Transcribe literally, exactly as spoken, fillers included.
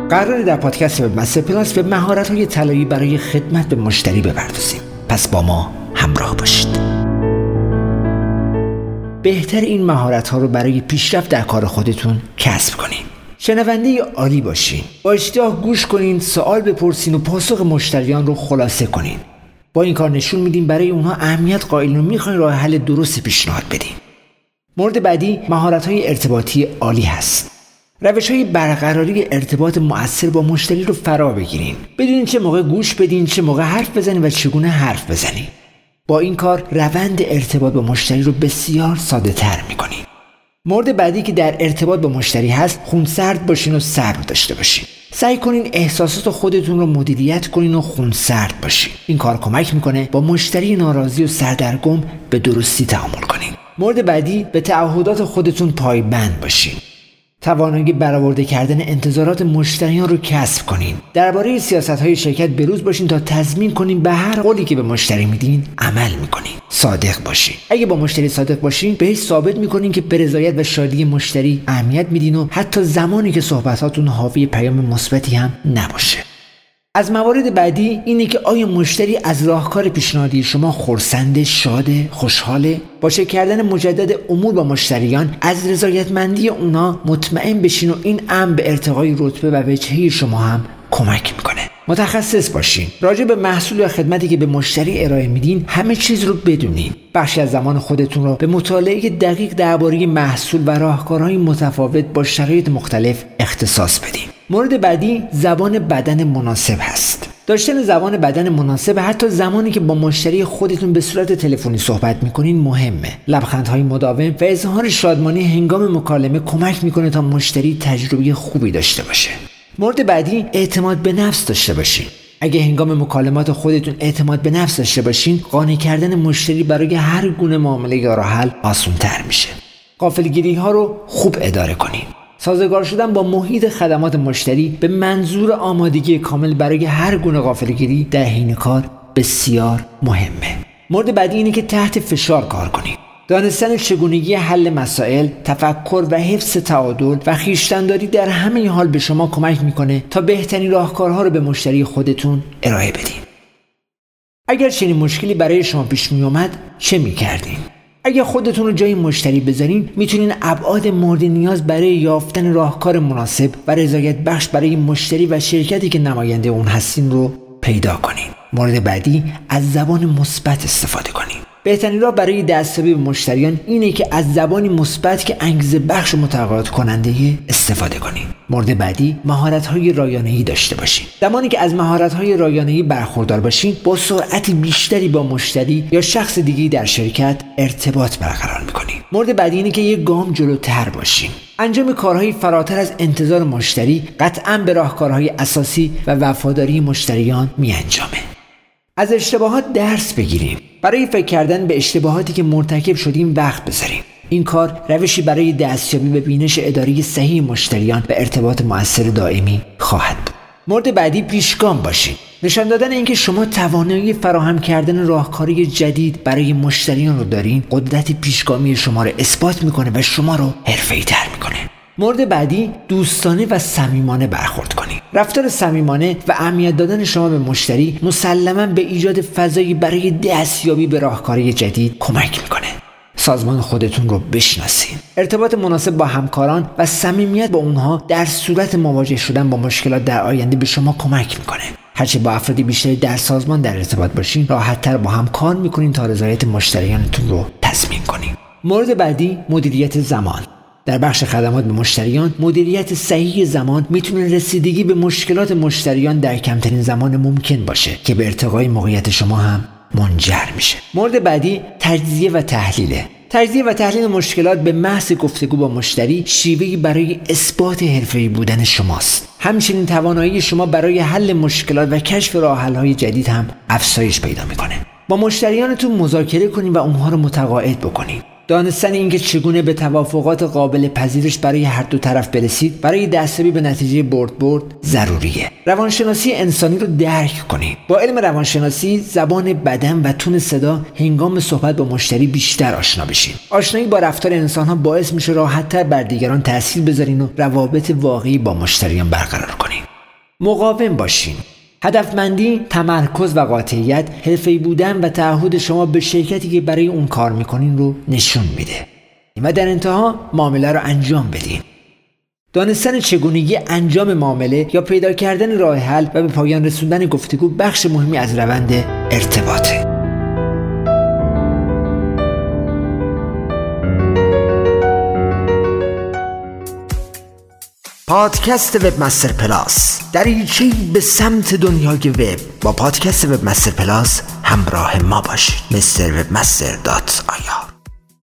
قراره در پادکست وب مستر پلاس به مهارت‌های طلایی برای خدمت به مشتری بپردازیم. پس با ما همراه باشید. بهتر این مهارت‌ها رو برای پیشرفت در کار خودتون کسب کنین. شنونده عالی باشین. با اشتیاق گوش کنین، سوال بپرسین و پاسخ مشتریان رو خلاصه کنین. با این کار نشون میدین برای اونها اهمیت قائلین و میخواین راه حل درست پیشنهاد بدین. مورد بعدی مهارت‌های ارتباطی عالی هست. روش‌های برقراری ارتباط مؤثر با مشتری رو فرا بگیرین. بدونین چه موقع گوش بدین، چه موقع حرف بزنین و چگونه حرف بزنین. با این کار روند ارتباط با مشتری رو بسیار ساده‌تر می‌کنین. مورد بعدی که در ارتباط با مشتری هست، خونسرد باشین و صبر داشته باشین. سعی کنین احساسات خودتون رو مدیریت کنین و خونسرد باشین. این کار کمک میکنه با مشتری ناراضی و سردرگم به درستی تعامل کنین. مورد بعدی، به تعهدات خودتون پایبند باشین. توانایی برآورده کردن انتظارات مشتریان رو کسب کنین. درباره سیاست‌های شرکت بروز باشین تا تضمین کنین به هر قولی که به مشتری میدین عمل میکنین. صادق باشین. اگه با مشتری صادق باشین، بهش ثابت میکنین که به رضایت و شادی مشتری اهمیت میدین و حتی زمانی که صحبتاتون حاوی پیام مثبتی هم نباشه. از موارد بعدی اینه که آیا مشتری از راهکار پیشنهادی شما خرسند، شاده، خوشحاله؟ با شریک کردن مجدد امور با مشتریان از رضایتمندی اونا مطمئن بشین و این امر به ارتقای رتبه و وجهه شما هم کمک میکنه. متخصص باشین. راجع به محصول یا خدمتی که به مشتری ارائه میدین همه چیز رو بدونین. بخشی از زمان خودتون رو به مطالعه دقیق درباره محصول و راهکارهای متفاوت با شرایط مختلف اختصاص بدین. مورد بعدی زبان بدن مناسب هست. داشتن زبان بدن مناسب حتی زمانی که با مشتری خودتون به صورت تلفنی صحبت میکنین مهمه. لبخندهای مداوم و اظهار شادمانی هنگام مکالمه کمک میکنه تا مشتری تجربه خوبی داشته باشه. مورد بعدی اعتماد به نفس داشته باشین. اگه هنگام مکالمات خودتون اعتماد به نفس داشته باشین، قانع کردن مشتری برای هر گونه معامله یا راه حل آسان‌تر میشه. غافلگیری ها رو خوب اداره کنین. سازگار شدن با محیط خدمات مشتری به منظور آمادگی کامل برای هر گونه غافلگیری در حین کار بسیار مهمه. مورد بعدی اینه که تحت فشار کار کنید. دانستن چگونگی حل مسائل، تفکر و حفظ تعادل و خویشتن‌داری در همه حال به شما کمک میکنه تا بهترین راهکارها رو به مشتری خودتون ارائه بدین. اگر چنین مشکلی برای شما پیش می اومد چه میکردین؟ اگر خودتون رو جای مشتری بذارین، میتونین ابعاد مورد نیاز برای یافتن راهکار مناسب و رضایت بخش برای مشتری و شرکتی که نماینده اون هستین رو پیدا کنین. مورد بعدی، از زبان مثبت استفاده کنین. بهترین راه برای دستیابی به مشتریان اینه که از زبانی مثبت که انگیزه بخش و متقاعد کننده استفاده کنین. مورد بعدی، مهارت‌های رایانه‌ای داشته باشین. زمانی که از مهارت‌های رایانه‌ای برخوردار باشین، با سرعت بیشتری با مشتری یا شخص دیگه‌ای در شرکت ارتباط برقرار می‌کنین. مورد بعدی اینه که یک گام جلوتر باشین. انجام کارهای فراتر از انتظار مشتری قطعاً به راهکارهای اساسی و وفاداری مشتریان می‌انجامه. از اشتباهات درس بگیریم. برای فکر کردن به اشتباهاتی که مرتکب شدیم وقت بذاریم. این کار روشی برای دستیابی به بینش اداری صحیح مشتریان و ارتباط مؤثر دائمی خواهد بود. مورد بعدی، پیشگام باشید. نشان دادن اینکه شما توانایی فراهم کردن راهکاری جدید برای مشتریان رو دارین، قدرت پیشگامی شما رو اثبات میکنه و شما رو حرفه‌ای‌تر میکنه. مورد بعدی، دوستانه و صمیمانه برخورد کنید. رفتار صمیمانه و اهمیت دادن شما به مشتری مسلماً به ایجاد فضایی برای دستیابی به راهکاری جدید کمک میکنه. سازمان خودتون رو بشناسین. ارتباط مناسب با همکاران و صمیمیت با اونها در صورت مواجه شدن با مشکلات در آینده به شما کمک میکنه. هرچه با افرادی بیشتری در سازمان در ارتباط باشین، راحت‌تر با هم کار میکنین تا رضایت مشتریانتون رو تضمین کنین. مورد بعدی، مدیریت زمان. در بخش خدمات به مشتریان، مدیریت صحیح زمان میتونه رسیدگی به مشکلات مشتریان در کمترین زمان ممکن باشه که به ارتقای موقعیت شما هم منجر میشه. مورد بعدی، تجزیه و تحلیله. تجزیه و تحلیل مشکلات به محض گفتگو با مشتری شیوهی برای اثبات حرفه‌ای بودن شماست. همچنین توانایی شما برای حل مشکلات و کشف راه‌حل‌های جدید هم افزایش پیدا میکنه. با مشتریانتون مذاکره کنین و اونها رو متقاعد بکنین. دانستن اینکه چگونه به توافقات قابل پذیرش برای هر دو طرف برسید برای دستیابی به نتیجه برد برد ضروریه. روانشناسی انسانی رو درک کنید. با علم روانشناسی زبان بدن و تون صدا هنگام صحبت با مشتری بیشتر آشنا بشین. آشنایی با رفتار انسان‌ها باعث میشه راحت‌تر بر دیگران تأثیر بذارین و روابط واقعی با مشتریان برقرار کنین. مقاوم باشین. هدفمندی، تمرکز و قاطعیت، حرفه‌ای بودن و تعهد شما به شرکتی که برای اون کار میکنین رو نشون میده. و در انتها معامله رو انجام بدین. دانستن چگونگی انجام معامله یا پیدا کردن راه حل و به پایان رسوندن گفتگو بخش مهمی از روند ارتباطه. پادکست وبمستر پلاس، دریچه‌ای به سمت دنیای وب. با پادکست وبمستر پلاس همراه ما باشید. مستر وبمستر دات آی